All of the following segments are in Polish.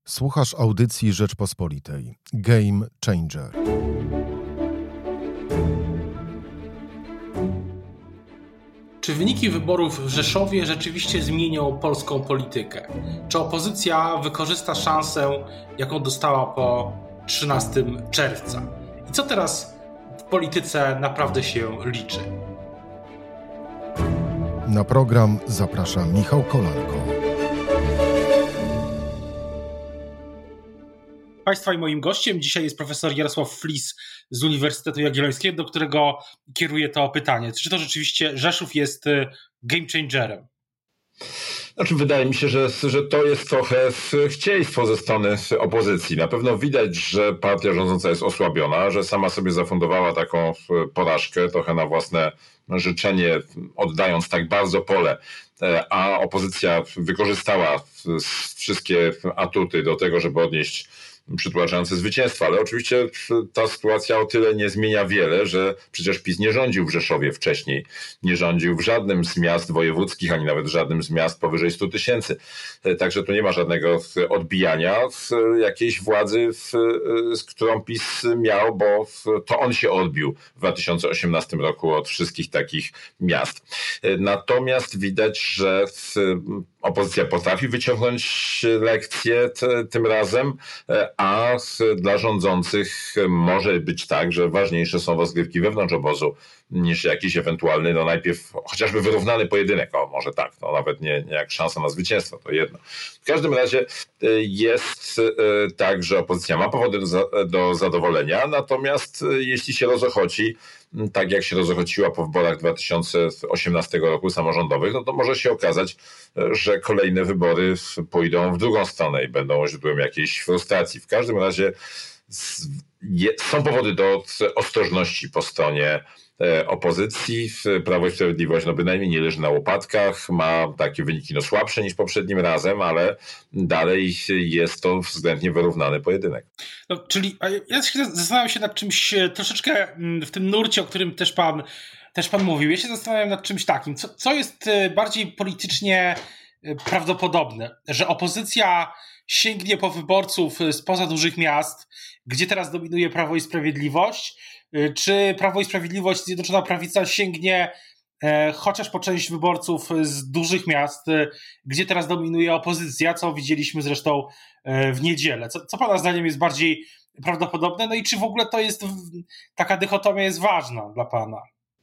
Słuchasz audycji Rzeczpospolitej. Game Changer. Czy wyniki wyborów w Rzeszowie rzeczywiście zmienią polską politykę? Czy opozycja wykorzysta szansę, jaką dostała po 13 czerwca? I co teraz w polityce naprawdę się liczy? Na program zaprasza Michał Kolanko. Państwa i moim gościem dzisiaj jest profesor Jarosław Flis z Uniwersytetu Jagiellońskiego, do którego kieruję to pytanie. Czy to rzeczywiście Rzeszów jest game changerem? Znaczy, wydaje mi się, że to jest trochę chcieństwo ze strony opozycji. Na pewno widać, że partia rządząca jest osłabiona, że sama sobie zafundowała taką porażkę trochę na własne życzenie, oddając tak bardzo pole, a opozycja wykorzystała wszystkie atuty do tego, żeby odnieść przytłaczające zwycięstwa, ale oczywiście ta sytuacja o tyle nie zmienia wiele, że przecież PiS nie rządził w Rzeszowie wcześniej, nie rządził w żadnym z miast wojewódzkich, ani nawet w żadnym z miast powyżej 100 tysięcy. Także tu nie ma żadnego odbijania jakiejś władzy, z którą PiS miał, bo to on się odbił w 2018 roku od wszystkich takich miast. Natomiast widać, że opozycja potrafi wyciągnąć lekcje tym razem, a dla rządzących może być tak, że ważniejsze są rozgrywki wewnątrz obozu niż jakiś ewentualny, najpierw chociażby wyrównany pojedynek, może tak, nawet nie jak szansa na zwycięstwo, to jedno. W każdym razie jest tak, że opozycja ma powody do zadowolenia, natomiast jeśli się rozochoci, tak jak się rozochociła po wyborach 2018 roku samorządowych, to może się okazać, że kolejne wybory pójdą w drugą stronę i będą źródłem jakiejś frustracji. W każdym razie są powody do ostrożności po stronie opozycji. Prawo i Sprawiedliwość bynajmniej nie leży na łopatkach, ma takie wyniki słabsze niż poprzednim razem, ale dalej jest to względnie wyrównany pojedynek. Czyli ja się zastanawiam się nad czymś troszeczkę w tym nurcie, o którym też pan mówił. Ja się zastanawiam nad czymś takim. Co jest bardziej politycznie prawdopodobne? Że opozycja sięgnie po wyborców spoza dużych miast, gdzie teraz dominuje Prawo i Sprawiedliwość, czy Prawo i Sprawiedliwość, Zjednoczona Prawica sięgnie chociaż po część wyborców z dużych miast, gdzie teraz dominuje opozycja, co widzieliśmy zresztą w niedzielę. Co pana zdaniem jest bardziej prawdopodobne? No i czy w ogóle to jest, taka dychotomia jest ważna dla pana?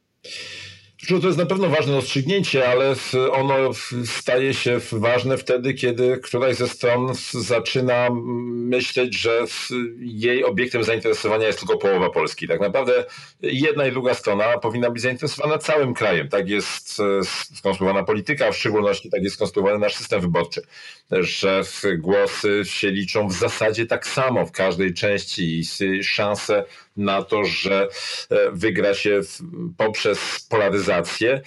To jest na pewno ważne rozstrzygnięcie, ale ono staje się ważne wtedy, kiedy któraś ze stron zaczyna myśleć, że jej obiektem zainteresowania jest tylko połowa Polski. Tak naprawdę jedna i druga strona powinna być zainteresowana całym krajem. Tak jest skonstruowana polityka, a w szczególności tak jest skonstruowany nasz system wyborczy, że głosy się liczą w zasadzie tak samo w każdej części i szanse na to, że wygra się poprzez polaryzację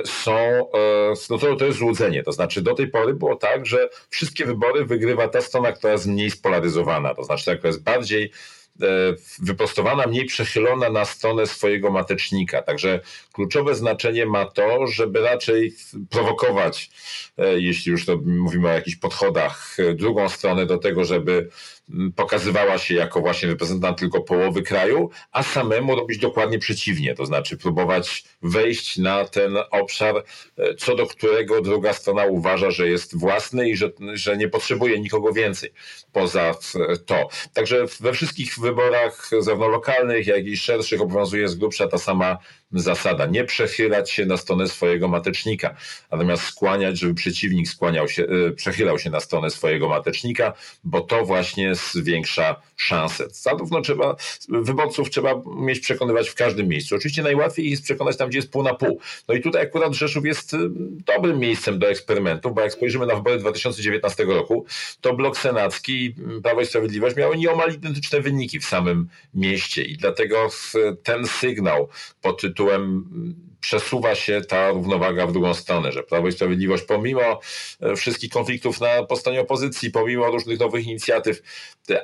to jest złudzenie. To znaczy do tej pory było tak, że wszystkie wybory wygrywa ta strona, która jest mniej spolaryzowana. To znaczy ta, która jest bardziej wyprostowana, mniej przechylona na stronę swojego matecznika. Także kluczowe znaczenie ma to, żeby raczej prowokować, jeśli już to mówimy o jakichś podchodach, drugą stronę do tego, żeby pokazywała się jako właśnie reprezentant tylko połowy kraju, a samemu robić dokładnie przeciwnie, to znaczy próbować wejść na ten obszar, co do którego druga strona uważa, że jest własny i że nie potrzebuje nikogo więcej poza to. Także we wszystkich wyborach, zarówno lokalnych, jak i szerszych, obowiązuje z grubsza ta sama zasada. Nie przechylać się na stronę swojego matecznika, natomiast skłaniać, żeby przeciwnik przechylał się na stronę swojego matecznika, bo to właśnie zwiększa szanse. Zarówno wyborców trzeba umieć przekonywać w każdym miejscu. Oczywiście najłatwiej jest przekonać tam, gdzie jest pół na pół. No i tutaj akurat Rzeszów jest dobrym miejscem do eksperymentów, bo jak spojrzymy na wybory 2019 roku, to blok senacki i Prawo i Sprawiedliwość miały nieomal identyczne wyniki w samym mieście i dlatego ten sygnał pod tytułem przesuwa się ta równowaga w drugą stronę, że Prawo i Sprawiedliwość pomimo wszystkich konfliktów po stronie opozycji, pomimo różnych nowych inicjatyw,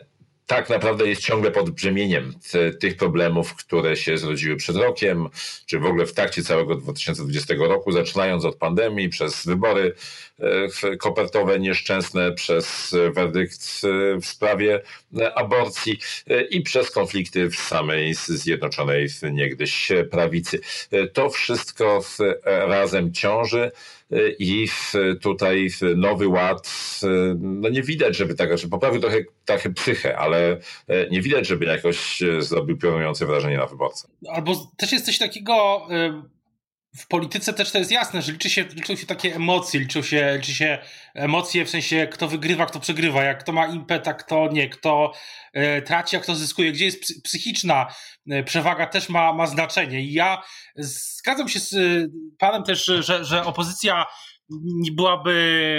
tak naprawdę jest ciągle pod brzemieniem tych problemów, które się zrodziły przed rokiem, czy w ogóle w trakcie całego 2020 roku, zaczynając od pandemii, przez wybory kopertowe nieszczęsne, przez werdykt w sprawie aborcji i przez konflikty w samej Zjednoczonej niegdyś prawicy. To wszystko razem ciąży i tutaj Nowy Ład, no nie widać, żeby tak, że poprawił trochę psychę, ale nie widać, żeby jakoś zrobił piorunujące wrażenie na wyborcę. Albo też jest coś takiego, w polityce też to jest jasne, że liczą się takie emocje, liczy się emocje w sensie kto wygrywa, kto przegrywa, jak kto ma impet, a kto nie, kto traci, a kto zyskuje, gdzie jest psychiczna przewaga też ma znaczenie. I ja zgadzam się z panem też, że opozycja nie byłaby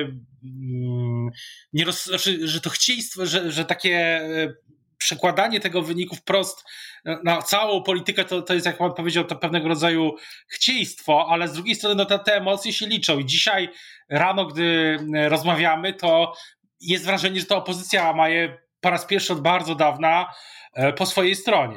że to chcieństwo, że takie przekładanie tego wyniku wprost na całą politykę to jest, jak pan powiedział, to pewnego rodzaju chcieństwo, ale z drugiej strony no, te emocje się liczą i dzisiaj rano, gdy rozmawiamy, to jest wrażenie, że ta opozycja ma je po raz pierwszy od bardzo dawna po swojej stronie.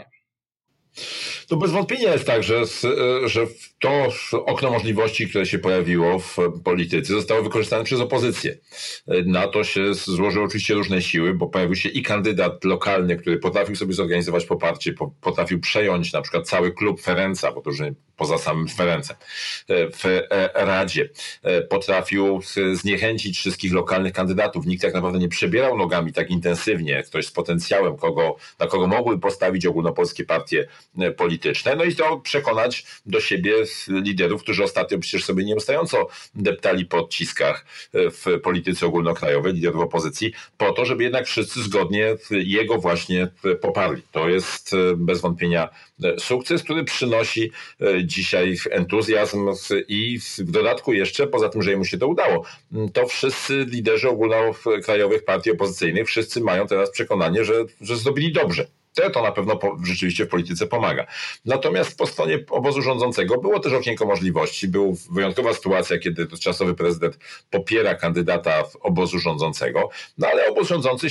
To bez wątpienia jest tak, że to okno możliwości, które się pojawiło w polityce, zostało wykorzystane przez opozycję. Na to się złożyły oczywiście różne siły, bo pojawił się i kandydat lokalny, który potrafił sobie zorganizować poparcie, potrafił przejąć na przykład cały klub Ferenca, bo to już nie poza samym Ferencem, w Radzie. Potrafił zniechęcić wszystkich lokalnych kandydatów. Nikt tak naprawdę nie przebierał nogami tak intensywnie, ktoś z potencjałem, na kogo mogły postawić ogólnopolskie partie polityczne. No i to przekonać do siebie liderów, którzy ostatnio przecież sobie nieustająco deptali po odciskach w polityce ogólnokrajowej, liderów opozycji, po to, żeby jednak wszyscy zgodnie jego właśnie poparli. To jest bez wątpienia sukces, który przynosi dzisiaj entuzjazm i w dodatku jeszcze, poza tym, że jemu się to udało, to wszyscy liderzy ogólnokrajowych partii opozycyjnych, wszyscy mają teraz przekonanie, że zrobili dobrze. To na pewno rzeczywiście w polityce pomaga. Natomiast po stronie obozu rządzącego było też okienko możliwości. Była wyjątkowa sytuacja, kiedy dotychczasowy prezydent popiera kandydata obozu rządzącego, no ale obóz rządzący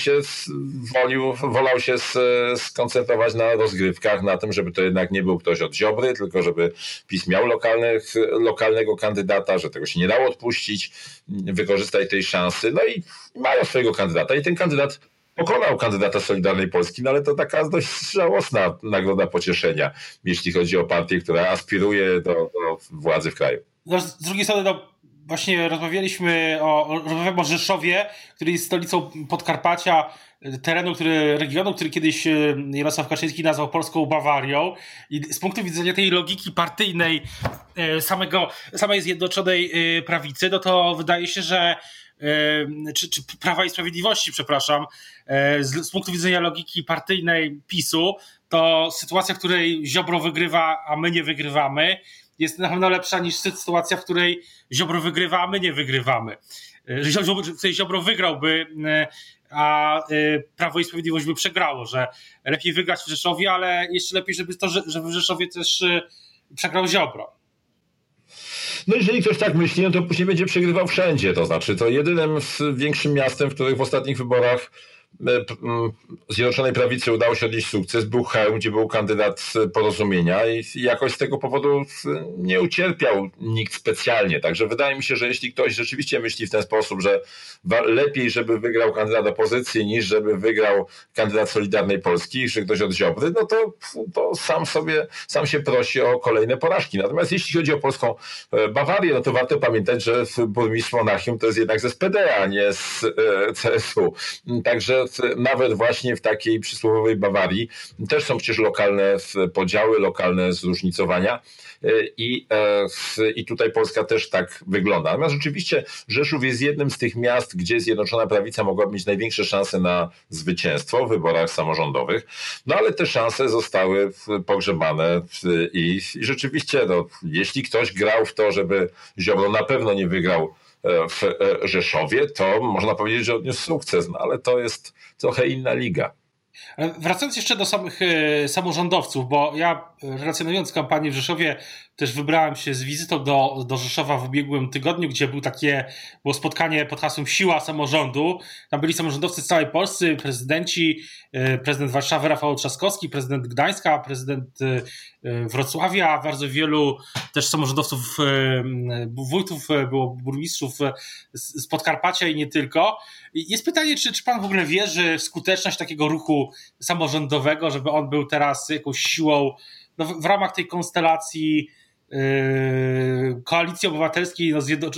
wolał się skoncentrować na rozgrywkach, na tym, żeby to jednak nie był ktoś od Ziobry, tylko żeby PiS miał lokalnego kandydata, że tego się nie dało odpuścić, wykorzystać tej szansy. No i mają swojego kandydata i ten kandydat pokonał kandydata Solidarnej Polski, no ale to taka dość żałosna nagroda pocieszenia, jeśli chodzi o partię, która aspiruje do władzy w kraju. No, z drugiej strony, no, właśnie rozmawiamy o Rzeszowie, który jest stolicą Podkarpacia, regionu, który kiedyś Jarosław Kaczyński nazwał polską Bawarią. I z punktu widzenia tej logiki partyjnej samej Zjednoczonej Prawicy, no to wydaje się, że czy Prawa i Sprawiedliwości, przepraszam, z punktu widzenia logiki partyjnej PiS-u, to sytuacja, w której Ziobro wygrywa, a my nie wygrywamy, jest na pewno lepsza niż sytuacja, w której Ziobro wygrywa, a my nie wygrywamy. W której Ziobro wygrałby, a Prawo i Sprawiedliwość by przegrało, że lepiej wygrać w Rzeszowie, ale jeszcze lepiej, żeby w Rzeszowie też przegrał Ziobro. No jeżeli ktoś tak myśli, no to później będzie przegrywał wszędzie. To znaczy, to jedynym większym miastem, w których w ostatnich wyborach Zjednoczonej Prawicy udało się odnieść sukces, był Chełm, gdzie był kandydat Porozumienia i jakoś z tego powodu nie ucierpiał nikt specjalnie. Także wydaje mi się, że jeśli ktoś rzeczywiście myśli w ten sposób, że lepiej, żeby wygrał kandydat opozycji, niż żeby wygrał kandydat Solidarnej Polski, że ktoś od Ziobry, no to sam się prosi o kolejne porażki. Natomiast jeśli chodzi o polską Bawarię, no to warto pamiętać, że burmistrz Monachium to jest jednak z SPD, a nie z CSU. Także nawet właśnie w takiej przysłowiowej Bawarii też są przecież lokalne podziały, lokalne zróżnicowania i tutaj Polska też tak wygląda. Natomiast rzeczywiście Rzeszów jest jednym z tych miast, gdzie Zjednoczona Prawica mogła mieć największe szanse na zwycięstwo w wyborach samorządowych, no ale te szanse zostały pogrzebane i rzeczywiście, no, jeśli ktoś grał w to, żeby Ziobro na pewno nie wygrał w Rzeszowie, to można powiedzieć, że odniósł sukces, no ale to jest trochę inna liga. Wracając jeszcze do samych samorządowców, bo ja relacjonując kampanię w Rzeszowie, też wybrałem się z wizytą do Rzeszowa w ubiegłym tygodniu, gdzie było spotkanie pod hasłem Siła Samorządu. Tam byli samorządowcy z całej Polski, prezydenci, prezydent Warszawy Rafał Trzaskowski, prezydent Gdańska, prezydent Wrocławia, bardzo wielu też samorządowców, wójtów, było burmistrzów z Podkarpacia i nie tylko. Jest pytanie, czy pan w ogóle wierzy w skuteczność takiego ruchu samorządowego, żeby on był teraz jakąś siłą w ramach tej konstelacji Koalicji Obywatelskiej,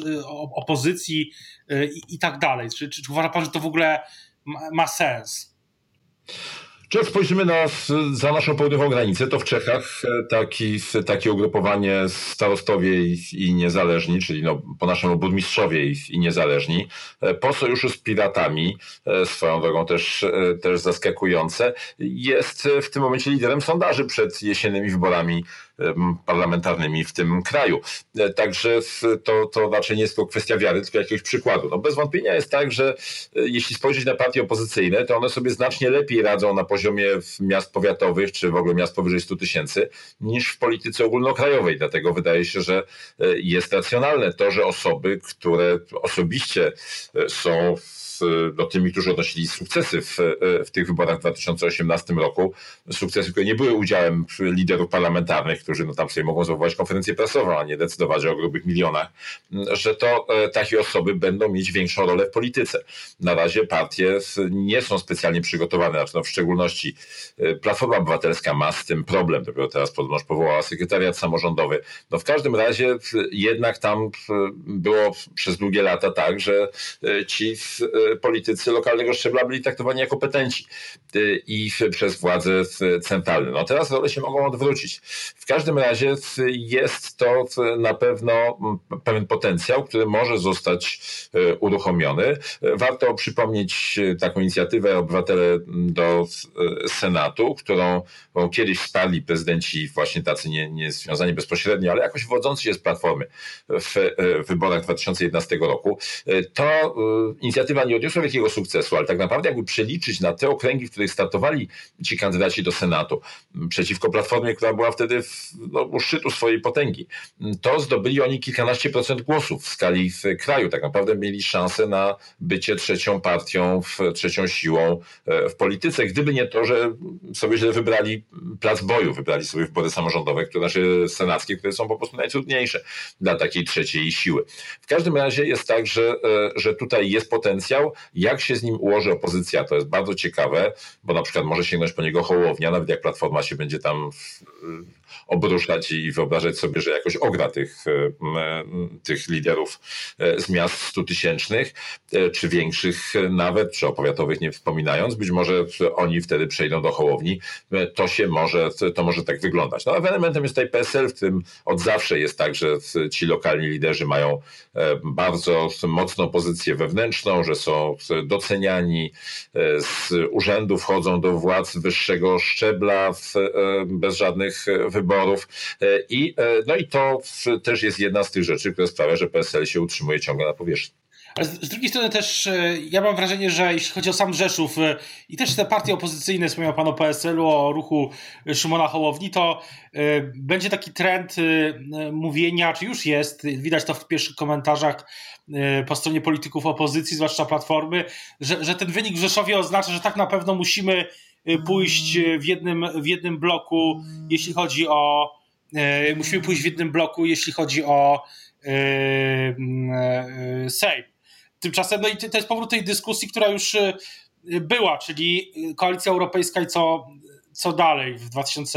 opozycji i tak dalej. Czy uważa pan, że to w ogóle ma sens? Czy jak spojrzymy za naszą południową granicę, to w Czechach takie ugrupowanie starostowie i niezależni, czyli po naszemu burmistrzowie i niezależni, po sojuszu z Piratami, swoją drogą też zaskakujące, jest w tym momencie liderem sondaży przed jesiennymi wyborami parlamentarnymi w tym kraju. Także to raczej nie jest tylko kwestia wiary, tylko jakiegoś przykładu. No bez wątpienia jest tak, że jeśli spojrzeć na partie opozycyjne, to one sobie znacznie lepiej radzą na poziomie miast powiatowych, czy w ogóle miast powyżej 100 000, niż w polityce ogólnokrajowej. Dlatego wydaje się, że jest racjonalne to, że osoby, które osobiście są tymi, którzy odnosili sukcesy w tych wyborach w 2018 roku, sukcesy, które nie były udziałem liderów parlamentarnych, którzy tam sobie mogą zwołać konferencję prasową, a nie decydować o grubych milionach, że to takie osoby będą mieć większą rolę w polityce. Na razie partie nie są specjalnie przygotowane, w szczególności Platforma Obywatelska ma z tym problem, dopiero teraz podobnoż powołała sekretariat samorządowy. No w każdym razie jednak tam było przez długie lata tak, że ci politycy lokalnego szczebla byli traktowani jako petenci i przez władze centralne. No teraz role się mogą odwrócić. W każdym razie jest to na pewno pewien potencjał, który może zostać uruchomiony. Warto przypomnieć taką inicjatywę Obywatele do Senatu, którą kiedyś wsparli prezydenci właśnie tacy nie związani bezpośrednio, ale jakoś wodzący się z Platformy w wyborach 2011 roku. To inicjatywa nie odniosła wielkiego sukcesu, ale tak naprawdę jakby przeliczyć na te okręgi, w których startowali ci kandydaci do Senatu przeciwko Platformie, która była wtedy u szczytu swojej potęgi, to zdobyli oni kilkanaście procent głosów w skali kraju. Tak naprawdę mieli szansę na bycie trzecią partią, trzecią siłą w polityce, gdyby nie to, że sobie źle wybrali plac boju, wybrali sobie wybory samorządowe, senackie, które są po prostu najtrudniejsze dla takiej trzeciej siły. W każdym razie jest tak, że tutaj jest potencjał. Jak się z nim ułoży opozycja, to jest bardzo ciekawe, bo na przykład może sięgnąć po niego Hołownia, nawet jak Platforma się będzie tam obruszać i wyobrażać sobie, że jakoś ogra tych liderów z miast 100 000, czy większych nawet, czy o powiatowych nie wspominając. Być może oni wtedy przejdą do Hołowni. To może tak wyglądać. No, a elementem jest tutaj PSL, w którym od zawsze jest tak, że ci lokalni liderzy mają bardzo mocną pozycję wewnętrzną, że są doceniani, z urzędów wchodzą do władz wyższego szczebla bez żadnych wyborów. I to też jest jedna z tych rzeczy, która sprawia, że PSL się utrzymuje ciągle na powierzchni. Ale z drugiej strony też ja mam wrażenie, że jeśli chodzi o sam Rzeszów i też te partie opozycyjne, wspomniał pan o PSL-u, o ruchu Szymona Hołowni, to będzie taki trend mówienia, czy już jest, widać to w pierwszych komentarzach po stronie polityków opozycji, zwłaszcza Platformy, że ten wynik w Rzeszowie oznacza, że tak na pewno musimy pójść w jednym bloku, jeśli chodzi o Sejm. Tymczasem, no i to jest powrót tej dyskusji, która już była, czyli Koalicja Europejska i co dalej w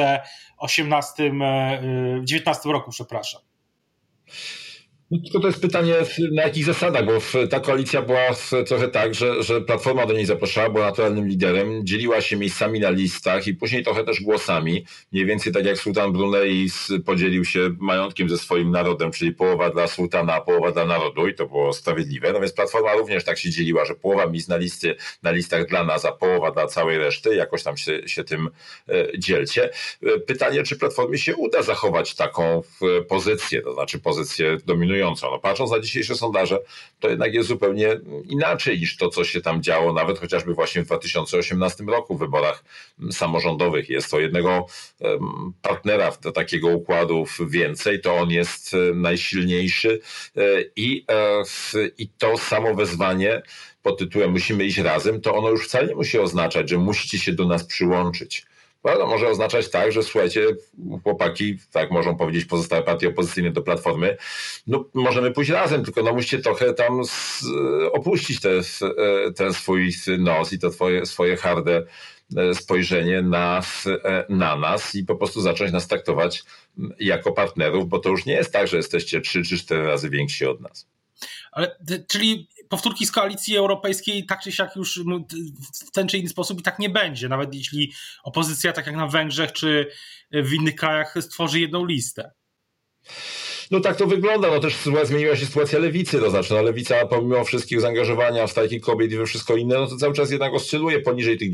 2019 roku, przepraszam. No, tylko to jest pytanie, na jakich zasadach, bo ta koalicja była trochę tak, że Platforma do niej zapraszała, była naturalnym liderem, dzieliła się miejscami na listach i później trochę też głosami, mniej więcej tak jak sułtan Brunei podzielił się majątkiem ze swoim narodem, czyli połowa dla sułtana, a połowa dla narodu i to było sprawiedliwe. No więc Platforma również tak się dzieliła, że połowa miejsc na listach dla nas, a połowa dla całej reszty, jakoś tam się tym dzielcie. Pytanie, czy Platformie się uda zachować taką pozycję, to znaczy pozycję dominującą imponująco. No, patrząc na dzisiejsze sondaże, to jednak jest zupełnie inaczej niż to, co się tam działo, nawet chociażby właśnie w 2018 roku w wyborach samorządowych. Jest to jednego partnera do takiego układu więcej, to on jest najsilniejszy i to samo wezwanie pod tytułem musimy iść razem, to ono już wcale nie musi oznaczać, że musicie się do nas przyłączyć. No, może oznaczać tak, że słuchajcie, chłopaki, tak możą powiedzieć pozostałe partie opozycyjne do Platformy, no możemy pójść razem, tylko no musicie trochę tam opuścić ten swój nos i to swoje harde spojrzenie na nas i po prostu zacząć nas traktować jako partnerów, bo to już nie jest tak, że jesteście 3 czy 4 razy więksi od nas. Ale, czyli powtórki z koalicji europejskiej tak czy siak już w ten czy inny sposób i tak nie będzie, nawet jeśli opozycja, tak jak na Węgrzech czy w innych krajach, stworzy jedną listę. No tak to wygląda, no też zmieniła się sytuacja lewicy, to znaczy no lewica pomimo wszystkich zaangażowania w strajki kobiet i we wszystko inne, no to cały czas jednak oscyluje poniżej tych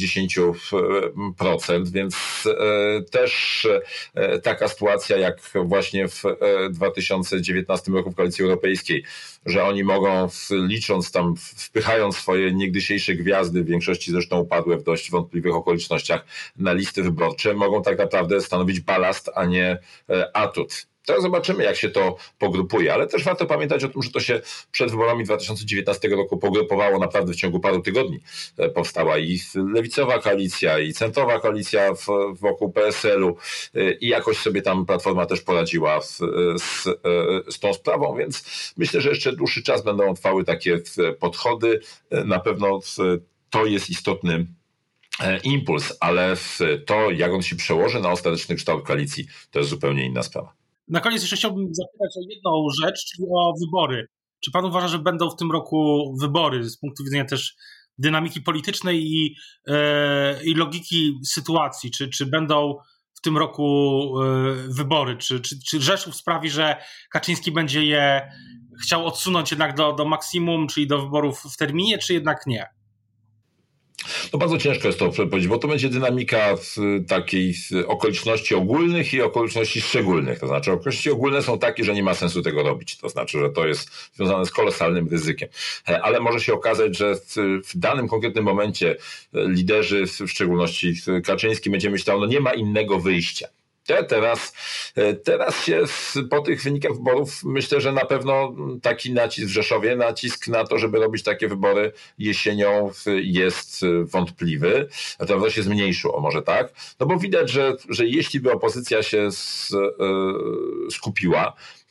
10%, więc też taka sytuacja jak właśnie w 2019 roku w Koalicji Europejskiej, że oni mogą licząc tam, wpychając swoje niegdysiejsze gwiazdy, w większości zresztą upadłe w dość wątpliwych okolicznościach na listy wyborcze, mogą tak naprawdę stanowić balast, a nie atut. Teraz zobaczymy, jak się to pogrupuje, ale też warto pamiętać o tym, że to się przed wyborami 2019 roku pogrupowało naprawdę w ciągu paru tygodni. Powstała i lewicowa koalicja, i centrowa koalicja wokół PSL-u i jakoś sobie tam Platforma też poradziła z tą sprawą, więc myślę, że jeszcze dłuższy czas będą trwały takie podchody. Na pewno to jest istotny impuls, ale to, jak on się przełoży na ostateczny kształt koalicji, to jest zupełnie inna sprawa. Na koniec jeszcze chciałbym zapytać o jedną rzecz, czyli o wybory. Czy pan uważa, że będą w tym roku wybory z punktu widzenia też dynamiki politycznej i logiki sytuacji? Czy będą w tym roku wybory? Czy Rzeszów sprawi, że Kaczyński będzie je chciał odsunąć jednak do maksimum, czyli do wyborów w terminie, czy jednak nie? No bardzo ciężko jest to powiedzieć, bo to będzie dynamika takiej okoliczności ogólnych i okoliczności szczególnych. To znaczy okoliczności ogólne są takie, że nie ma sensu tego robić. To znaczy, że to jest związane z kolosalnym ryzykiem. Ale może się okazać, że w danym konkretnym momencie liderzy, w szczególności Kaczyński, będzie myślał, no nie ma innego wyjścia. Teraz się po tych wynikach wyborów myślę, że na pewno taki nacisk w Rzeszowie, nacisk na to, żeby robić takie wybory jesienią jest wątpliwy, a to się zmniejszył, o może tak, no bo widać, że jeśli by opozycja się skupiła,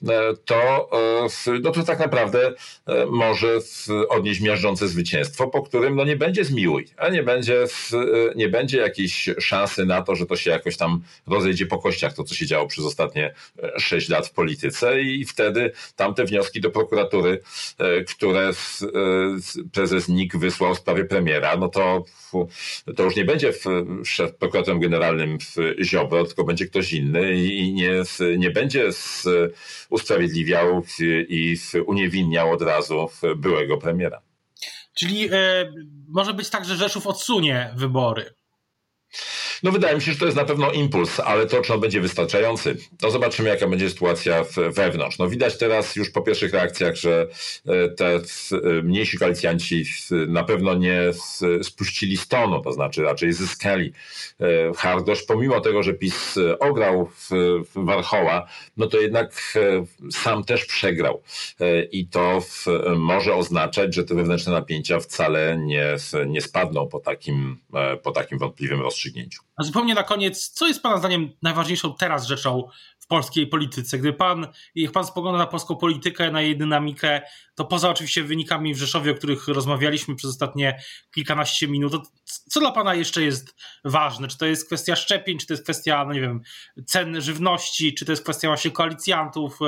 to tak naprawdę może odnieść miażdżące zwycięstwo, po którym no nie będzie zmiłuj, a nie będzie jakiejś szansy na to, że to się jakoś tam rozejdzie po kościach, to co się działo przez ostatnie 6 lat w polityce i wtedy tamte wnioski do prokuratury, które prezes NIK wysłał w sprawie premiera, no to już nie będzie szef prokuratorem generalnym Ziobro, tylko będzie ktoś inny i nie będzie usprawiedliwiał i uniewinniał od razu byłego premiera. Czyli może być tak, że Rzeszów odsunie wybory. No wydaje mi się, że to jest na pewno impuls, ale to, czy on będzie wystarczający, to zobaczymy, jaka będzie sytuacja wewnątrz. No widać teraz już po pierwszych reakcjach, że te mniejsi koalicjanci na pewno nie spuścili z tonu, to znaczy raczej zyskali hardość, pomimo tego, że PiS ograł w Warchoła, no to jednak sam też przegrał i to może oznaczać, że te wewnętrzne napięcia wcale nie spadną po takim wątpliwym rozstrzygnięciu. A zupełnie na koniec, co jest pana zdaniem najważniejszą teraz rzeczą w polskiej polityce? Jak pan spogląda na polską politykę, na jej dynamikę, to poza oczywiście wynikami w Rzeszowie, o których rozmawialiśmy przez ostatnie kilkanaście minut, to co dla pana jeszcze jest ważne? Czy to jest kwestia szczepień, czy to jest kwestia, no nie wiem, cen żywności, czy to jest kwestia właśnie koalicjantów,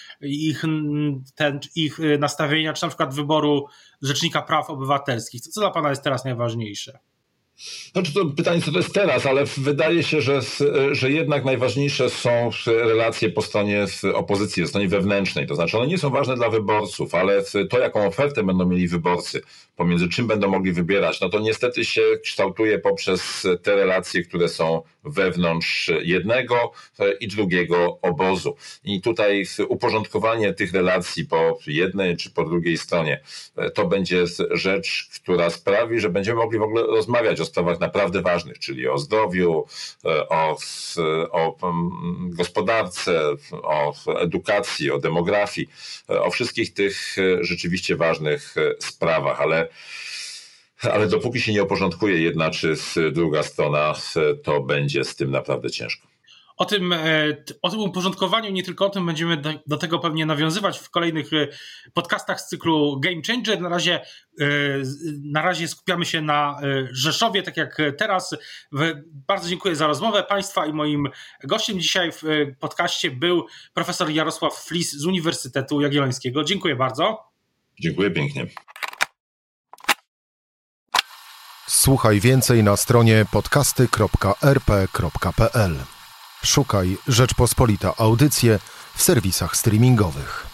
ich nastawienia, czy na przykład wyboru Rzecznika Praw Obywatelskich? Co dla pana jest teraz najważniejsze? Znaczy to pytanie, co to jest teraz, ale wydaje się, że jednak najważniejsze są relacje po stronie opozycji, po stronie wewnętrznej. To znaczy one nie są ważne dla wyborców, ale to, jaką ofertę będą mieli wyborcy, pomiędzy czym będą mogli wybierać, no to niestety się kształtuje poprzez te relacje, które są wewnątrz jednego i drugiego obozu. I tutaj uporządkowanie tych relacji po jednej czy po drugiej stronie to będzie rzecz, która sprawi, że będziemy mogli w ogóle rozmawiać o sprawach naprawdę ważnych, czyli o zdrowiu, o gospodarce, o edukacji, o demografii, o wszystkich tych rzeczywiście ważnych sprawach, ale dopóki się nie uporządkuje jedna czy druga strona, to będzie z tym naprawdę ciężko. O tym uporządkowaniu, nie tylko o tym, będziemy do tego pewnie nawiązywać w kolejnych podcastach z cyklu Game Changer. Na razie skupiamy się na Rzeszowie, tak jak teraz. Bardzo dziękuję za rozmowę Państwa i moim gościem dzisiaj w podcaście był profesor Jarosław Flis z Uniwersytetu Jagiellońskiego. Dziękuję bardzo. Dziękuję pięknie. Słuchaj więcej na stronie podcasty.rp.pl. Szukaj Rzeczpospolita Audycje w serwisach streamingowych.